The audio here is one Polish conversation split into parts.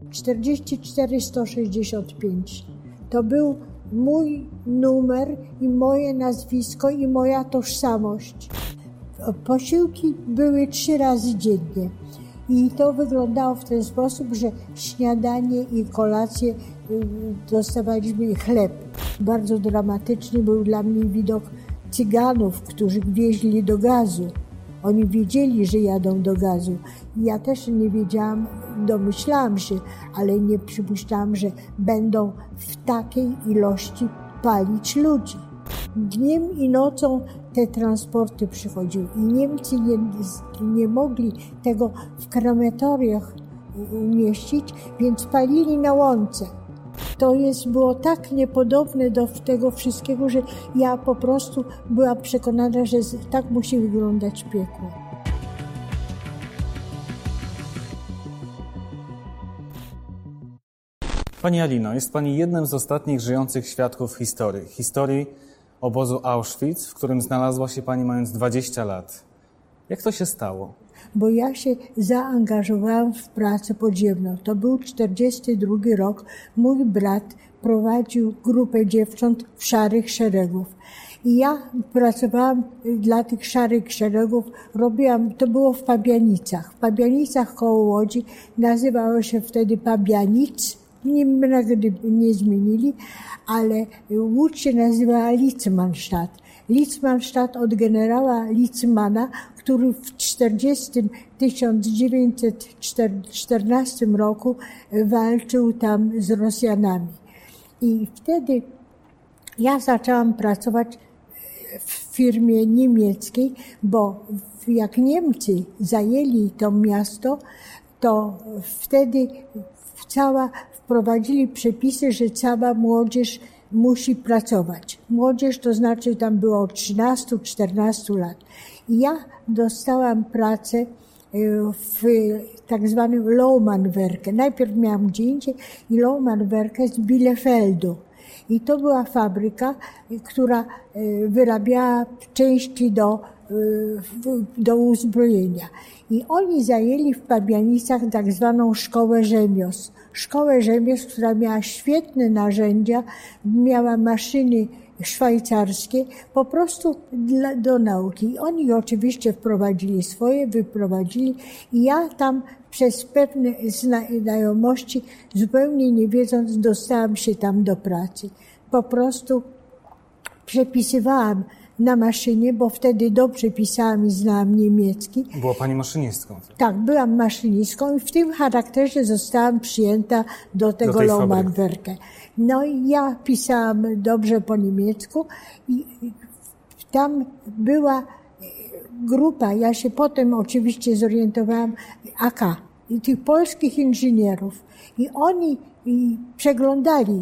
44 165. To był mój numer i moje nazwisko i moja tożsamość. Posiłki były 3 razy dziennie i to wyglądało w ten sposób, że śniadanie i kolację dostawaliśmy chleb. Bardzo dramatyczny był dla mnie widok Cyganów, którzy wieźli do gazu. Oni wiedzieli, że jadą do gazu. Ja też nie wiedziałam, domyślałam się, ale nie przypuszczałam, że będą w takiej ilości palić ludzi. Dniem i nocą te transporty przychodziły i Niemcy nie mogli tego w krematoriach umieścić, więc palili na łące. To było tak niepodobne do tego wszystkiego, że ja po prostu byłam przekonana, że tak musi wyglądać piekło. Pani Alino, jest Pani jednym z ostatnich żyjących świadków historii obozu Auschwitz, w którym znalazła się Pani mając 20 lat. Jak to się stało? Bo ja się zaangażowałam w pracę podziemną. To był 1942 rok. Mój brat prowadził grupę dziewcząt w Szarych Szeregów. I ja pracowałam dla tych Szarych Szeregów. To było w Pabianicach. W Pabianicach koło Łodzi. Nazywało się wtedy Pabianic. Nie zmienili, ale Łódź się nazywała Litzmannstadt. Litzmannstadt od generała Litzmana, który w 1914 roku walczył tam z Rosjanami. I wtedy ja zaczęłam pracować w firmie niemieckiej, bo jak Niemcy zajęli to miasto, to wtedy wprowadzili przepisy, że cała młodzież musi pracować. Młodzież to znaczy tam było od 13-14 lat. I ja dostałam pracę w tak zwanym Lohmannwerke. Najpierw miałam gdzie indziej i Lohmannwerke z Bielefeldu. I to była fabryka, która wyrabiała części do uzbrojenia. I oni zajęli w Pabianicach tak zwaną szkołę rzemiosł. Szkołę rzemiosł, która miała świetne narzędzia, miała maszyny szwajcarskie, po prostu do nauki. I oni oczywiście wprowadzili swoje, wyprowadzili i ja tam przez pewne znajomości, zupełnie nie wiedząc, dostałam się tam do pracy. Po prostu przepisywałam na maszynie, bo wtedy dobrze pisałam i znałam niemiecki. Była Pani maszynistką? Tak, byłam maszynistką i w tym charakterze zostałam przyjęta do tego Lohmannwerke. No i ja pisałam dobrze po niemiecku i tam była grupa, ja się potem oczywiście zorientowałam, AK, i tych polskich inżynierów. I oni przeglądali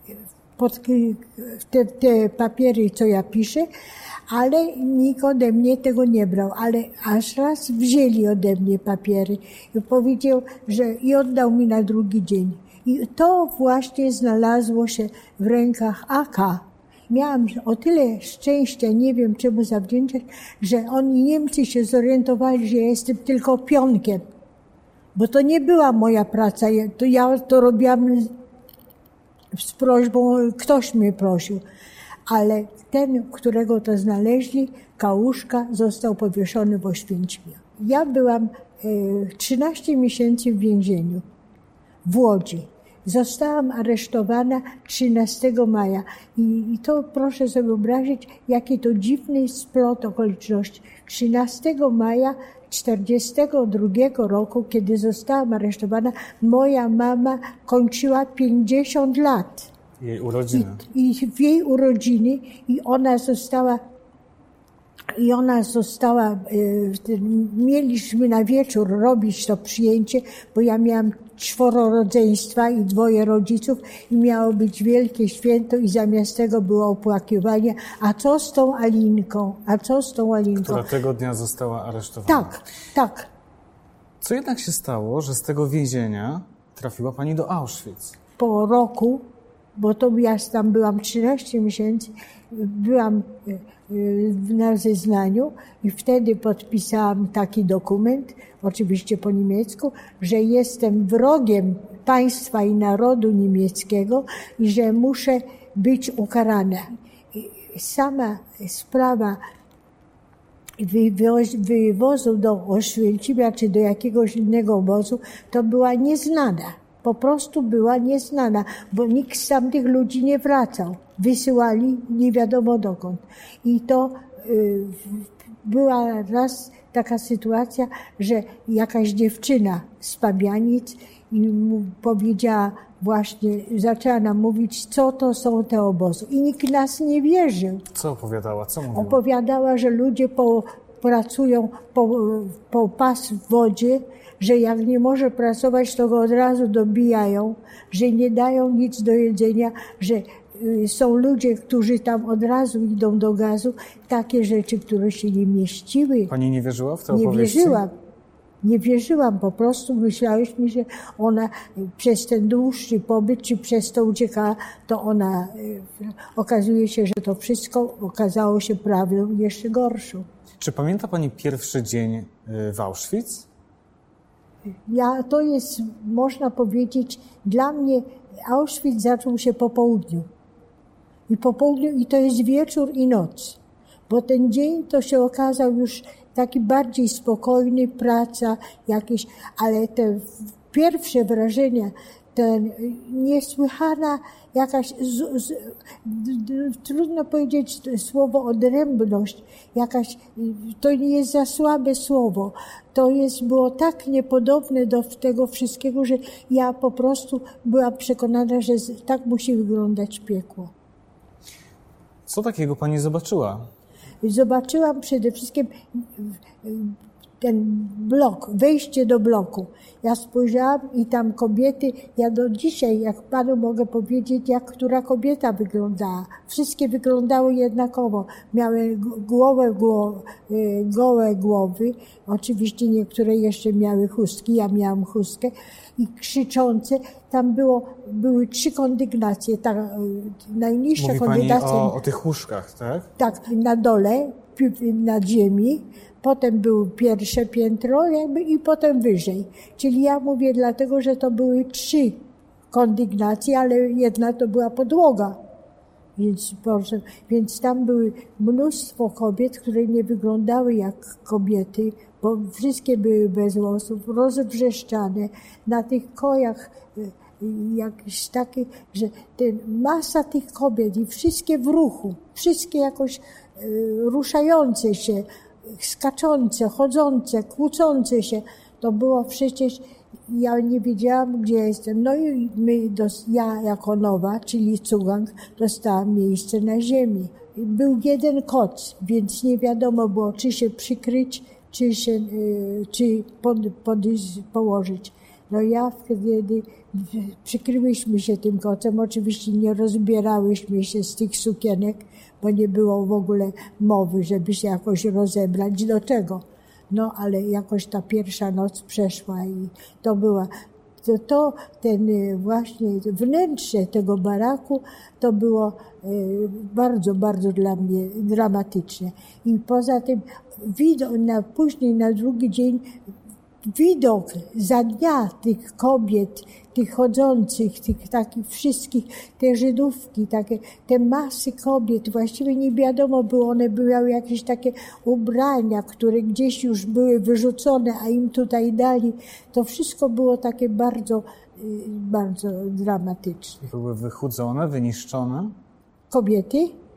te papiery, co ja piszę, ale nikt ode mnie tego nie brał. Ale aż raz wzięli ode mnie papiery i powiedział, i oddał mi na drugi dzień. I to właśnie znalazło się w rękach AK. Miałam o tyle szczęścia, nie wiem czemu zawdzięczać, że Niemcy się zorientowali, że ja jestem tylko pionkiem. Bo to nie była moja praca, ja to robiłam z prośbą, ktoś mnie prosił. Ale ten, którego to znaleźli, Kałuszka, został powieszony w Oświęcimiu. Ja byłam 13 miesięcy w więzieniu w Łodzi. Zostałam aresztowana 13 maja i to proszę sobie wyobrazić, jaki to dziwny splot okoliczności. 13 maja 1942 roku, kiedy zostałam aresztowana, moja mama kończyła 50 lat. Jej urodziny. I w jej urodziny mieliśmy na wieczór robić to przyjęcie, bo ja miałam 4 rodzeństwa i 2 rodziców i miało być wielkie święto i zamiast tego było opłakiwanie. A co z tą Alinką? Która tego dnia została aresztowana. Tak. Co jednak się stało, że z tego więzienia trafiła Pani do Auschwitz? Po roku, bo to ja tam byłam 13 miesięcy, byłam na zeznaniu i wtedy podpisałam taki dokument, oczywiście po niemiecku, że jestem wrogiem państwa i narodu niemieckiego i że muszę być ukarana. Sama sprawa wywozu do Oświęcimia czy do jakiegoś innego obozu to była nieznana. Po prostu była nieznana, bo nikt z tamtych ludzi nie wracał. Wysyłali nie wiadomo dokąd. I to była raz taka sytuacja, że jakaś dziewczyna z Pabianic powiedziała właśnie, zaczęła nam mówić, co to są te obozy. I nikt nas nie wierzył. Co opowiadała? Co mówiła? Opowiadała, że ludzie pracują po pas w wodzie, że jak nie może pracować, to go od razu dobijają, że nie dają nic do jedzenia, że są ludzie, którzy tam od razu idą do gazu. Takie rzeczy, które się nie mieściły. Pani nie wierzyła w te Nie opowieści? wierzyłam. Nie wierzyłam, po prostu myślałyśmy, że ona przez ten dłuższy pobyt, czy przez to uciekała, to ona, okazuje się, że to wszystko okazało się prawdą jeszcze gorszą. Czy pamięta Pani pierwszy dzień w Auschwitz? To jest, można powiedzieć, dla mnie Auschwitz zaczął się po południu. I to jest wieczór i noc. Bo ten dzień to się okazał już taki bardziej spokojny, praca jakieś, ale te pierwsze wrażenia, ten niesłychana jakaś, trudno powiedzieć słowo odrębność, jakaś, to nie jest za słabe słowo, było tak niepodobne do tego wszystkiego, że ja po prostu byłam przekonana, że tak musi wyglądać piekło. Co takiego Pani zobaczyła? Zobaczyłam przede wszystkim ten blok, wejście do bloku. Ja spojrzałam i tam kobiety, ja do dzisiaj, jak panu mogę powiedzieć, jak która kobieta wyglądała. Wszystkie wyglądały jednakowo. Miały gołe głowy. Oczywiście niektóre jeszcze miały chustki, ja miałam chustkę. I krzyczące. Tam były 3 kondygnacje. Ta najniższa Mówi kondygnacja. Pani o tych łóżkach, tak? Tak, na dole, na ziemi. Potem było pierwsze piętro i potem wyżej. Czyli ja mówię dlatego, że to były 3 kondygnacje, ale jedna to była podłoga. Więc tam były mnóstwo kobiet, które nie wyglądały jak kobiety, bo wszystkie były bez włosów, rozwrzeszczane. Na tych kojach jakieś takie, że masa tych kobiet i wszystkie w ruchu, wszystkie jakoś ruszające się, skaczące, chodzące, kłócące się. To było przecież, ja nie wiedziałam, gdzie jestem. No i ja jako nowa, czyli Cugank, dostałam miejsce na ziemi. Był jeden koc, więc nie wiadomo było, czy się przykryć, czy położyć. No ja wtedy przykryłyśmy się tym kocem. Oczywiście nie rozbierałyśmy się z tych sukienek, bo nie było w ogóle mowy, żeby się jakoś rozebrać. Do czego? No ale jakoś ta pierwsza noc przeszła i to była... Ten właśnie wnętrze tego baraku to było bardzo, bardzo dla mnie dramatyczne. I poza tym później na drugi dzień widok za dnia tych kobiet, tych chodzących, tych takich wszystkich, te Żydówki, te masy kobiet, właściwie nie wiadomo było, one miały jakieś takie ubrania, które gdzieś już były wyrzucone, a im tutaj dali. To wszystko było takie bardzo, bardzo dramatyczne. Były wychudzone, wyniszczone? Kobiety?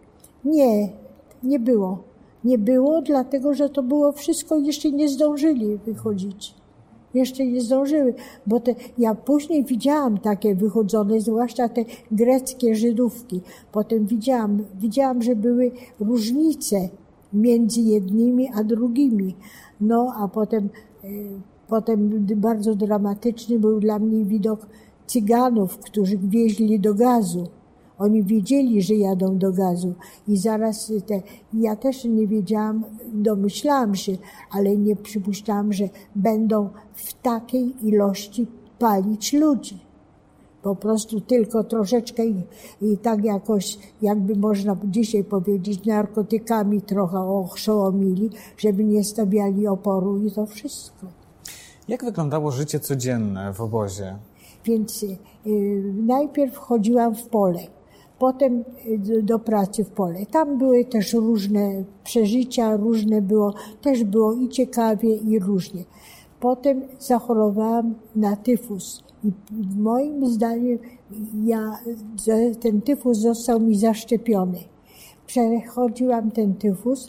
Nie było. Nie było, dlatego że to było wszystko, jeszcze nie zdążyli wychodzić. Jeszcze nie zdążyły, bo ja później widziałam takie wychodzone, zwłaszcza te greckie Żydówki. Potem widziałam, że były różnice między jednymi a drugimi. No a potem bardzo dramatyczny był dla mnie widok Cyganów, którzy wieźli do gazu. Oni wiedzieli, że jadą do gazu i zaraz ja też nie wiedziałam, domyślałam się, ale nie przypuszczałam, że będą w takiej ilości palić ludzi. Po prostu tylko troszeczkę i tak jakoś, jakby można dzisiaj powiedzieć, narkotykami trochę oszołomili, żeby nie stawiali oporu i to wszystko. Jak wyglądało życie codzienne w obozie? Więc najpierw chodziłam w pole, potem do pracy w pole. Tam były też różne przeżycia, różne było, też było i ciekawie, i różnie. Potem zachorowałam na tyfus i moim zdaniem ten tyfus został mi zaszczepiony. Przechodziłam ten tyfus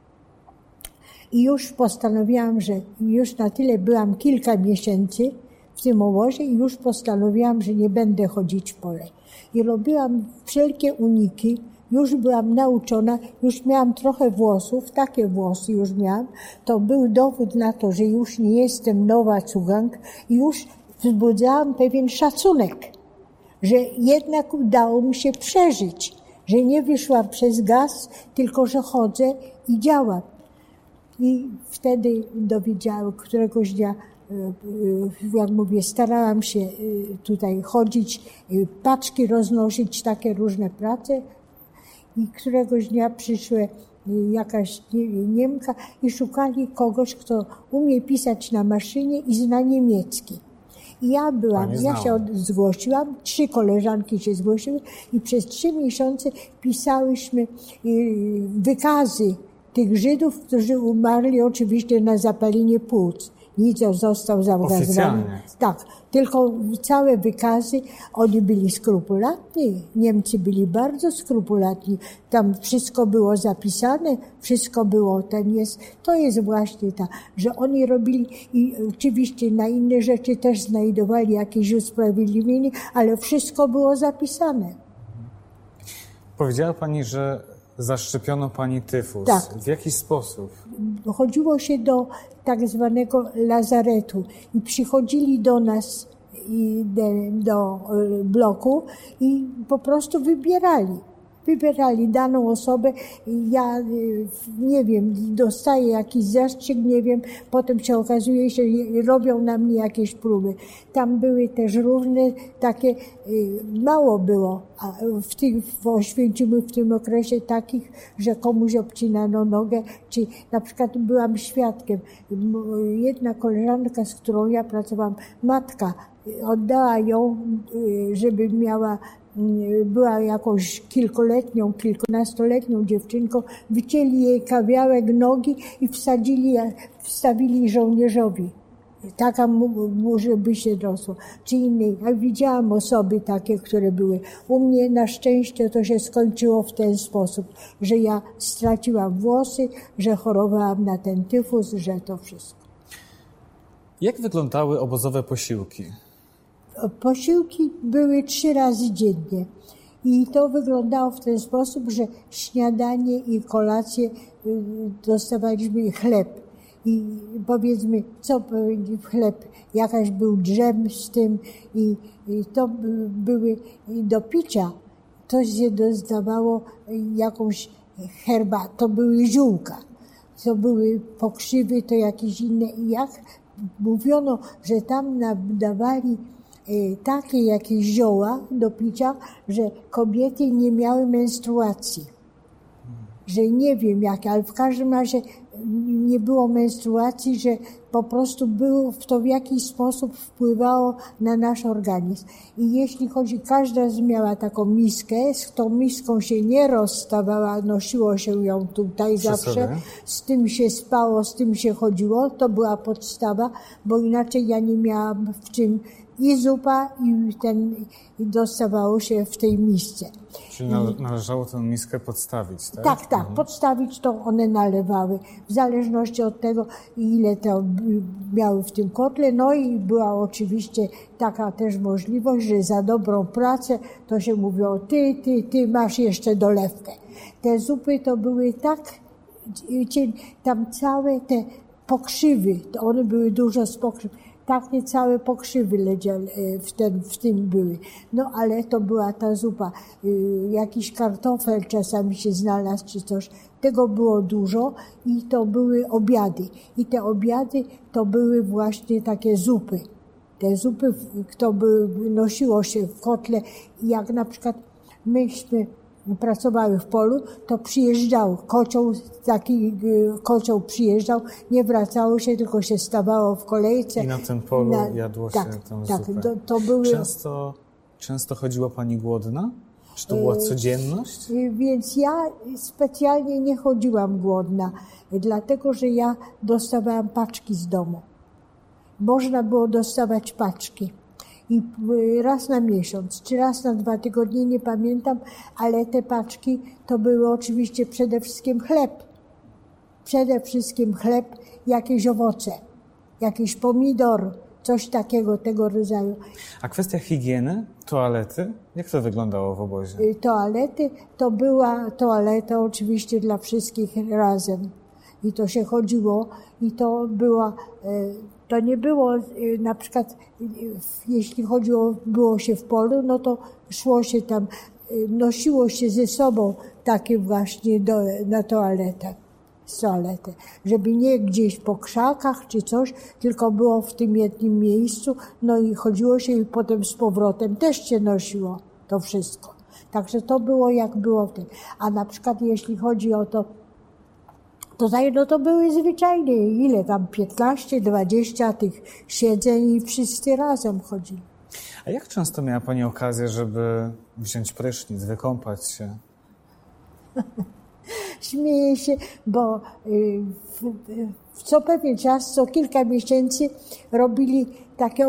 i już postanowiłam, że już na tyle byłam kilka miesięcy w tym obozie i już postanowiłam, że nie będę chodzić w pole. I robiłam wszelkie uniki, już byłam nauczona, już miałam trochę włosów, takie włosy już miałam. To był dowód na to, że już nie jestem nowa cugank i już wzbudzałam pewien szacunek, że jednak udało mi się przeżyć, że nie wyszłam przez gaz, tylko że chodzę i działam. I wtedy dowiedziałam, któregoś dnia, jak mówię, starałam się tutaj chodzić, paczki roznosić, takie różne prace. I któregoś dnia przyszła jakaś Niemka i szukali kogoś, kto umie pisać na maszynie i zna niemiecki. I ja się zgłosiłam, 3 koleżanki się zgłosiły i przez 3 miesiące pisałyśmy wykazy tych Żydów, którzy umarli oczywiście na zapalenie płuc. Nic został zagazowany. Tak, tylko całe wykazy, oni byli skrupulatni, Niemcy byli bardzo skrupulatni. Tam wszystko było zapisane, wszystko było, to jest właśnie że oni robili i oczywiście na inne rzeczy też znajdowali jakieś usprawiedliwienie, ale wszystko było zapisane. Powiedziała Pani, że zaszczepiono Pani tyfus. Tak. W jaki sposób? Chodziło się do tak zwanego lazaretu i przychodzili do nas do bloku i po prostu wybierali daną osobę. Ja nie wiem, dostaję jakiś zastrzyk, nie wiem, potem się okazuje, że robią na mnie jakieś próby. Tam były też różne takie, mało było w Oświęcimiu w tym okresie takich, że komuś obcinano nogę, czy na przykład byłam świadkiem. Jedna koleżanka, z którą ja pracowałam, matka, oddała ją, żeby była jakąś kilkunastoletnią dziewczynką, wycięli jej kawałek nogi i wstawili żołnierzowi. Taka żeby się rosło. Czy innej. Ja widziałam osoby takie, które były. U mnie na szczęście to się skończyło w ten sposób, że ja straciłam włosy, że chorowałam na ten tyfus, że to wszystko. Jak wyglądały obozowe posiłki? Posiłki były 3 razy dziennie i to wyglądało w ten sposób, że śniadanie i kolację dostawaliśmy chleb i powiedzmy, co chleb, jakaś był dżem z tym i to były do picia, to się dostawało jakąś herbatę, to były ziółka, to były pokrzywy, to jakieś inne i jak mówiono, że tam dawali takie jakieś zioła do picia, że kobiety nie miały menstruacji. Że nie wiem jakie, ale w każdym razie nie było menstruacji, że po prostu to w jakiś sposób wpływało na nasz organizm. I jeśli każda miała taką miskę, z tą miską się nie rozstawała, nosiło się ją tutaj zawsze, z tym się spało, z tym się chodziło, to była podstawa, bo inaczej ja nie miałam w czym i zupa i dostawało się w tej misce. Czyli należało tę miskę podstawić, tak? Tak, podstawić to one nalewały, w zależności od tego, ile to miały w tym kotle. No i była oczywiście taka też możliwość, że za dobrą pracę to się mówiło, ty masz jeszcze dolewkę. Te zupy to były tam całe te pokrzywy, one były dużo z pokrzyw. Takie całe pokrzywy w tym były. No ale to była ta zupa. Jakiś kartofel czasami się znalazł czy coś. Tego było dużo i to były obiady. I te obiady to były właśnie takie zupy. Te zupy, nosiło się w kotle. Jak na przykład myśmy pracowały w polu, to przyjeżdżał kocioł, taki kocioł przyjeżdżał, nie wracało się, tylko się stawało w kolejce. I na tym polu jadło się tą zupę. To były... Często chodziła pani głodna? Czy to była codzienność? Więc ja specjalnie nie chodziłam głodna, dlatego że ja dostawałam paczki z domu. Można było dostawać paczki. I raz na miesiąc, czy raz na 2 tygodnie, nie pamiętam, ale te paczki to były oczywiście przede wszystkim chleb. Przede wszystkim chleb, jakieś owoce, jakiś pomidor, coś takiego, tego rodzaju. A kwestia higieny, toalety, jak to wyglądało w obozie? Toalety, to była toaleta oczywiście dla wszystkich razem. I to się chodziło i to była... To nie było, na przykład, jeśli było się w polu, no to szło się tam, nosiło się ze sobą takie właśnie na toaletę, żeby nie gdzieś po krzakach czy coś, tylko było w tym jednym miejscu, no i chodziło się i potem z powrotem też się nosiło to wszystko. Także to było jak było wtedy. A na przykład jeśli chodzi o to, to były zwyczajnie, ile tam, 15, 20 tych siedzeń i wszyscy razem chodzili. A jak często miała pani okazję, żeby wziąć prysznic, wykąpać się? Śmieję się, bo co pewien czas, co kilka miesięcy robili takie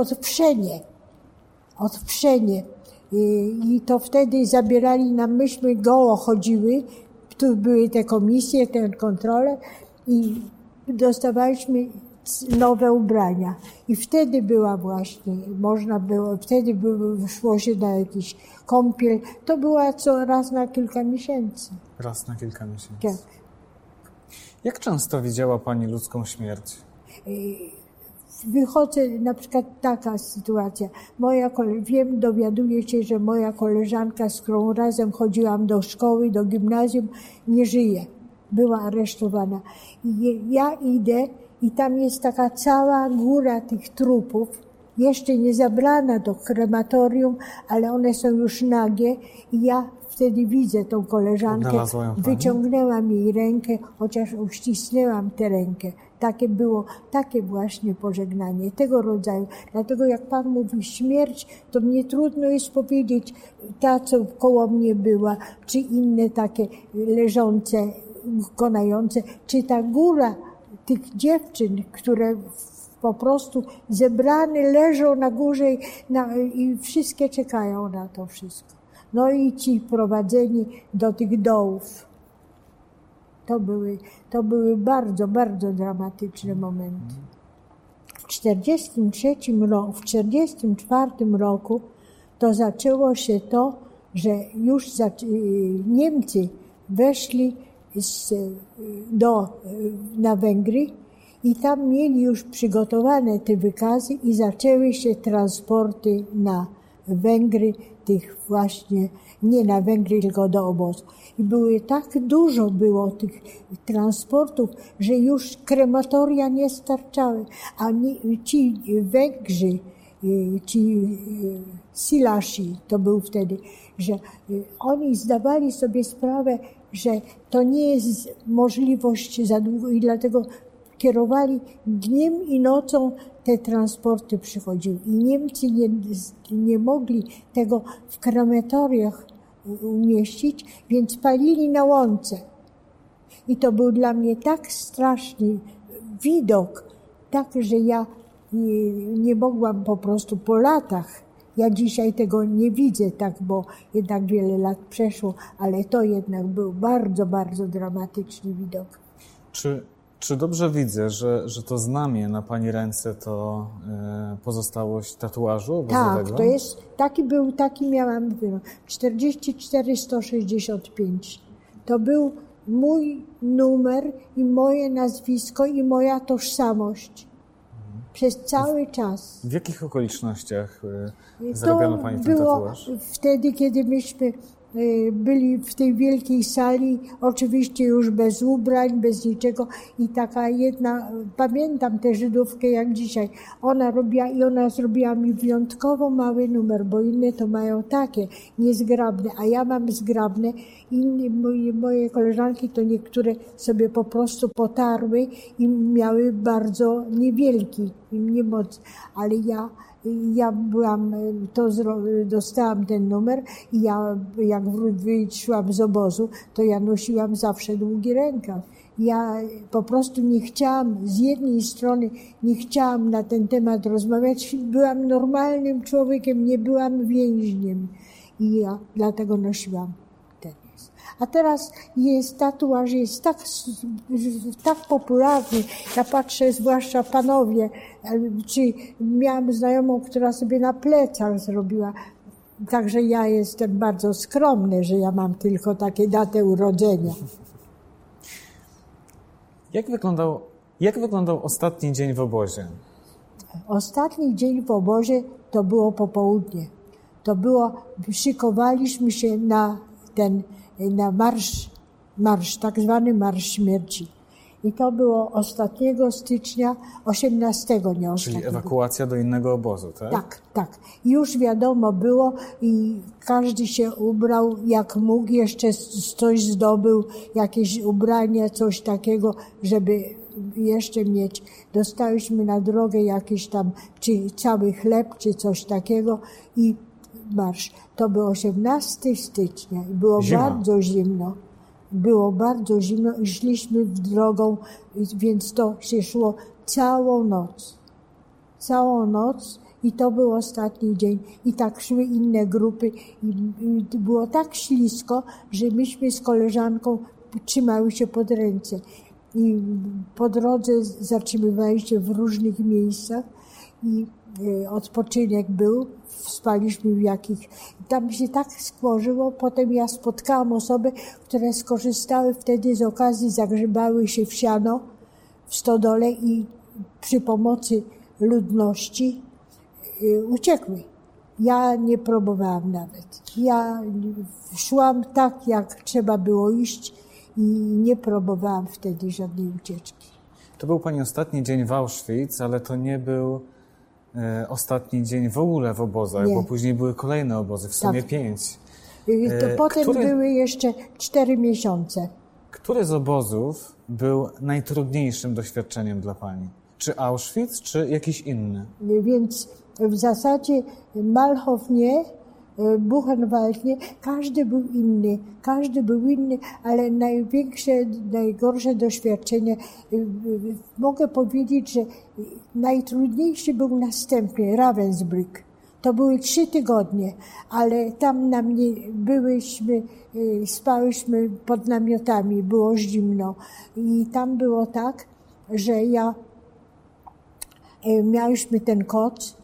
odprzenie. I to wtedy zabierali nam, myśmy goło chodziły, tu były te komisje, te kontrole i dostawaliśmy nowe ubrania. I wtedy była właśnie, szło się na jakiś kąpiel. To była co raz na kilka miesięcy. Raz na kilka miesięcy. Tak. Jak często widziała pani ludzką śmierć? Wychodzę, na przykład taka sytuacja. Dowiaduję się, że moja koleżanka, z którą razem chodziłam do szkoły, do gimnazjum, nie żyje. Była aresztowana. I ja idę i tam jest taka cała góra tych trupów, jeszcze nie zabrana do krematorium, ale one są już nagie i ja wtedy widzę tą koleżankę, wyciągnęłam jej rękę, chociaż uścisnęłam tę rękę. Takie właśnie pożegnanie, tego rodzaju. Dlatego jak Pan mówi śmierć, to mnie trudno jest powiedzieć, ta, co koło mnie była, czy inne takie leżące, konające, czy ta góra tych dziewczyn, które po prostu zebrane leżą na górze i wszystkie czekają na to wszystko. No i ci prowadzeni do tych dołów. To były bardzo, bardzo dramatyczne momenty. W 1944 roku to zaczęło się to, że już Niemcy weszli na Węgry i tam mieli już przygotowane te wykazy i zaczęły się transporty na Węgry, tych właśnie, nie na Węgry, tylko do obozu. I dużo było tych transportów, że już krematoria nie starczały. A ci Węgrzy, ci Silasi, to był wtedy, że oni zdawali sobie sprawę, że to nie jest możliwość za długo i dlatego kierowali dniem i nocą, te transporty przychodziły. I Niemcy nie mogli tego w krematoriach umieścić, więc palili na łące. I to był dla mnie tak straszny widok, tak, że ja nie mogłam po prostu po latach. Ja dzisiaj tego nie widzę tak, bo jednak wiele lat przeszło, ale to jednak był bardzo, bardzo dramatyczny widok. Czy dobrze widzę, że to znamie na pani ręce to pozostałość tatuażu obozowego? Tak, to jest, taki miałam 44-165. To był mój numer i moje nazwisko i moja tożsamość. Przez cały czas. W jakich okolicznościach zrobiono pani ten tatuaż? Wtedy, kiedy myśmy byli w tej wielkiej sali, oczywiście już bez ubrań, bez niczego i taka jedna, pamiętam tę Żydówkę jak dzisiaj, ona zrobiła mi wyjątkowo mały numer, bo inne to mają takie niezgrabne, a ja mam zgrabne. Moje koleżanki to niektóre sobie po prostu potarły i miały bardzo niewielki, nie moc, ale ja dostałam ten numer i ja jak wyszłam z obozu, to ja nosiłam zawsze długi rękaw. Ja po prostu nie chciałam, z jednej strony nie chciałam na ten temat rozmawiać, byłam normalnym człowiekiem, nie byłam więźniem i ja dlatego nosiłam ten. A teraz tatuaż jest tak popularny. Ja patrzę, zwłaszcza panowie, czy miałam znajomą, która sobie na plecach zrobiła. Także ja jestem bardzo skromny, że ja mam tylko takie datę urodzenia. Jak wyglądał ostatni dzień w obozie? Ostatni dzień w obozie to było popołudnie. Szykowaliśmy się na marsz, tak zwany Marsz Śmierci. I to było ostatniego stycznia, 18, nie ostatniego. Czyli ewakuacja do innego obozu, tak? Tak. Już wiadomo było i każdy się ubrał jak mógł, jeszcze coś zdobył, jakieś ubranie, coś takiego, żeby jeszcze mieć. Dostałyśmy na drogę jakieś tam, czy cały chleb, czy coś takiego i marsz. To był 18 stycznia i było bardzo zimno. Było bardzo zimno i szliśmy drogą, więc to się szło całą noc. I to był ostatni dzień. I tak szły inne grupy i było tak ślisko, że myśmy z koleżanką trzymały się pod ręce. I po drodze zatrzymywali się w różnych miejscach i odpoczynek był. Spaliśmy w jakich... Tam się tak skłożyło. Potem ja spotkałam osoby, które skorzystały wtedy z okazji, zagrzebały się w siano w stodole i przy pomocy ludności uciekły. Ja nie próbowałam nawet. Ja szłam tak, jak trzeba było iść i nie próbowałam wtedy żadnej ucieczki. To był Pani ostatni dzień w Auschwitz, ale to nie był ostatni dzień w ogóle w obozach, bo później były kolejne obozy, w sumie 5. To potem były jeszcze 4 miesiące. Który z obozów był najtrudniejszym doświadczeniem dla Pani? Czy Auschwitz, czy jakiś inny? Więc w zasadzie Malchow nie, Buchenwald nie, każdy był inny, ale najgorsze doświadczenie, mogę powiedzieć, że najtrudniejszy był następny, Ravensbrück. To były 3 tygodnie, ale tam spałyśmy pod namiotami, było zimno i tam było tak, że miałyśmy ten koc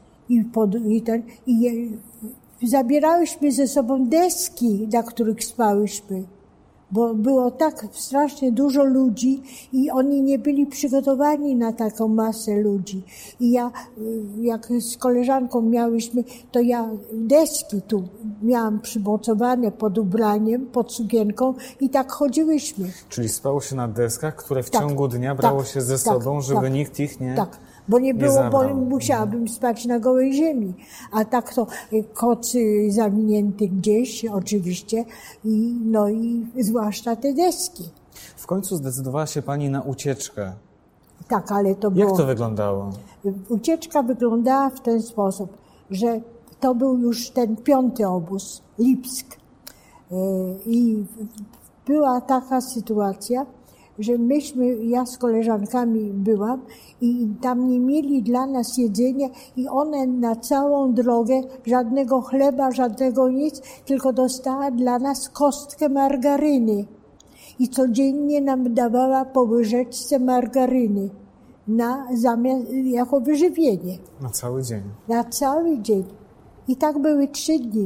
i zabierałyśmy ze sobą deski, na których spałyśmy, bo było tak strasznie dużo ludzi i oni nie byli przygotowani na taką masę ludzi. I ja, jak z koleżanką miałyśmy, to ja deski tu miałam przymocowane pod ubraniem, pod sukienką i tak chodziłyśmy. Czyli spało się na deskach, które w ciągu dnia brało się ze sobą, żeby nikt ich nie... Bo nie było, bo musiałabym spać na gołej ziemi. A tak to kocy zawinięte gdzieś, oczywiście, i zwłaszcza te deski. W końcu zdecydowała się Pani na ucieczkę. Tak, ale to było... Jak to wyglądało? Ucieczka wyglądała w ten sposób, że to był już ten 5. obóz, Lipsk. I była taka sytuacja, że ja z koleżankami byłam i tam nie mieli dla nas jedzenia i one na całą drogę żadnego chleba, żadnego nic, tylko dostała dla nas kostkę margaryny i codziennie nam dawała po łyżeczce margaryny jako wyżywienie. Na cały dzień. Na cały dzień. I tak były 3 dni.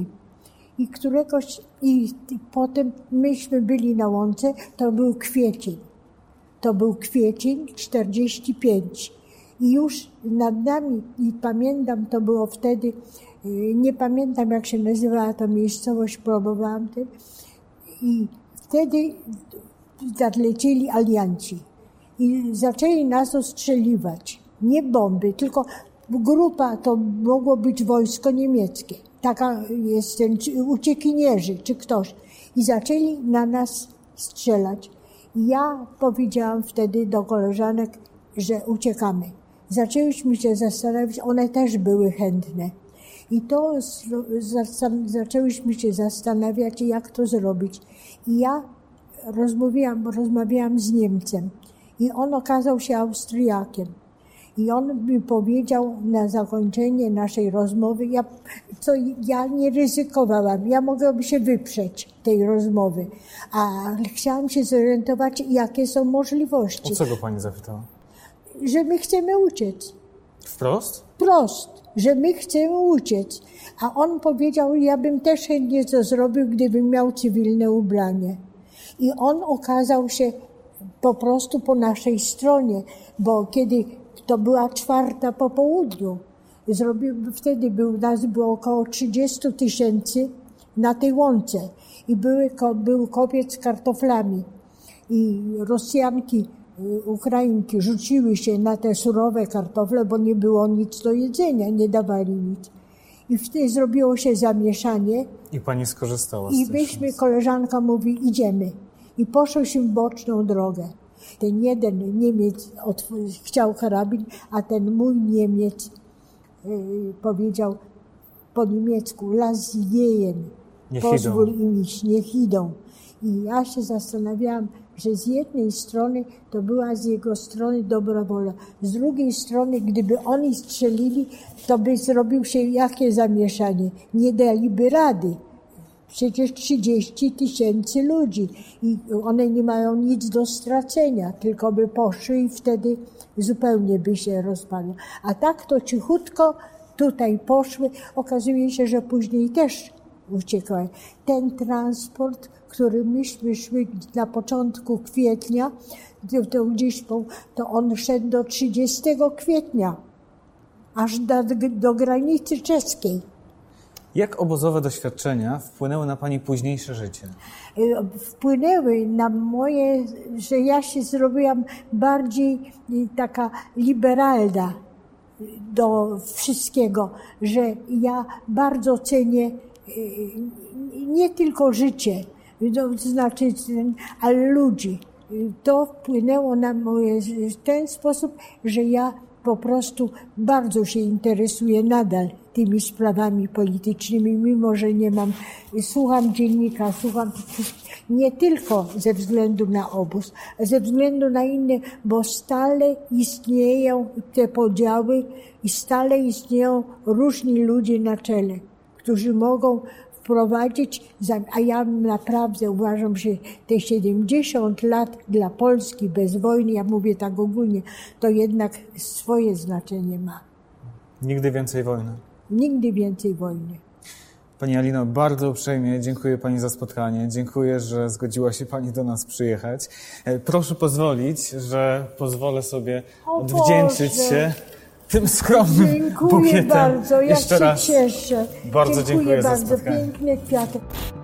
I potem myśmy byli na łące, to był kwiecień. 45. I już nad nami, i pamiętam, to było wtedy, nie pamiętam jak się nazywała ta miejscowość, próbowałam tym, i wtedy nadlecieli alianci i zaczęli nas ostrzeliwać. Nie bomby, tylko grupa, to mogło być wojsko niemieckie. Taka jest ten, uciekinierzy, czy ktoś. I zaczęli na nas strzelać. I ja powiedziałam wtedy do koleżanek, że uciekamy. Zaczęłyśmy się zastanawiać, one też były chętne. I to zaczęłyśmy się zastanawiać, jak to zrobić. I ja rozmawiałam z Niemcem. I on okazał się Austriakiem. I on mi powiedział na zakończenie naszej rozmowy, ja nie ryzykowałam, ja mogłabym się wyprzeć tej rozmowy, ale chciałam się zorientować, jakie są możliwości. O co go pani zapytała? Że my chcemy uciec. Wprost? Wprost, że my chcemy uciec. A on powiedział, ja bym też chętnie to zrobił, gdybym miał cywilne ubranie. I on okazał się po prostu po naszej stronie, bo kiedy to była 4 po południu, wtedy nas było około 30 000 na tej łące i był kopiec z kartoflami i Rosjanki, Ukrainki rzuciły się na te surowe kartofle, bo nie było nic do jedzenia, nie dawali nic. I wtedy zrobiło się zamieszanie. I pani skorzystała z I tej myśmy, szansy. koleżanka mówi, idziemy. I poszłyśmy w boczną drogę. Ten jeden Niemiec chciał karabin, a ten mój Niemiec powiedział po niemiecku, lass sie gehen, pozwól im iść, niech idą. I ja się zastanawiałam, że z jednej strony to była z jego strony dobra wola, z drugiej strony, gdyby oni strzelili, to by zrobił się jakie zamieszanie, nie daliby rady. Przecież 30 000 ludzi i one nie mają nic do stracenia, tylko by poszły i wtedy zupełnie by się rozpadło. A tak to cichutko tutaj poszły. Okazuje się, że później też uciekły. Ten transport, który myśmy szły na początku kwietnia, to on szedł do 30 kwietnia, aż do granicy czeskiej. Jak obozowe doświadczenia wpłynęły na pani późniejsze życie? Wpłynęły na moje, że ja się zrobiłam bardziej taka liberalna do wszystkiego, że ja bardzo cenię nie tylko życie, to znaczy, ale ludzi. To wpłynęło na moje w ten sposób, że ja po prostu bardzo się interesuję nadal tymi sprawami politycznymi, mimo że nie mam, słucham dziennika, nie tylko ze względu na obóz, a ze względu na inne, bo stale istnieją te podziały i stale istnieją różni ludzie na czele, którzy mogą wprowadzić, a ja naprawdę uważam, że te 70 lat dla Polski bez wojny, ja mówię tak ogólnie, to jednak swoje znaczenie ma. Nigdy więcej wojny. Nigdy więcej wojny. Pani Alino, bardzo uprzejmie dziękuję pani za spotkanie. Dziękuję, że zgodziła się pani do nas przyjechać. Proszę pozwolić, że pozwolę sobie odwdzięczyć się tym skromnym Dziękuję bukietem. bardzo, ja Jeszcze się raz cieszę. bardzo dziękuję za bardzo, spotkanie. piękne kwiaty.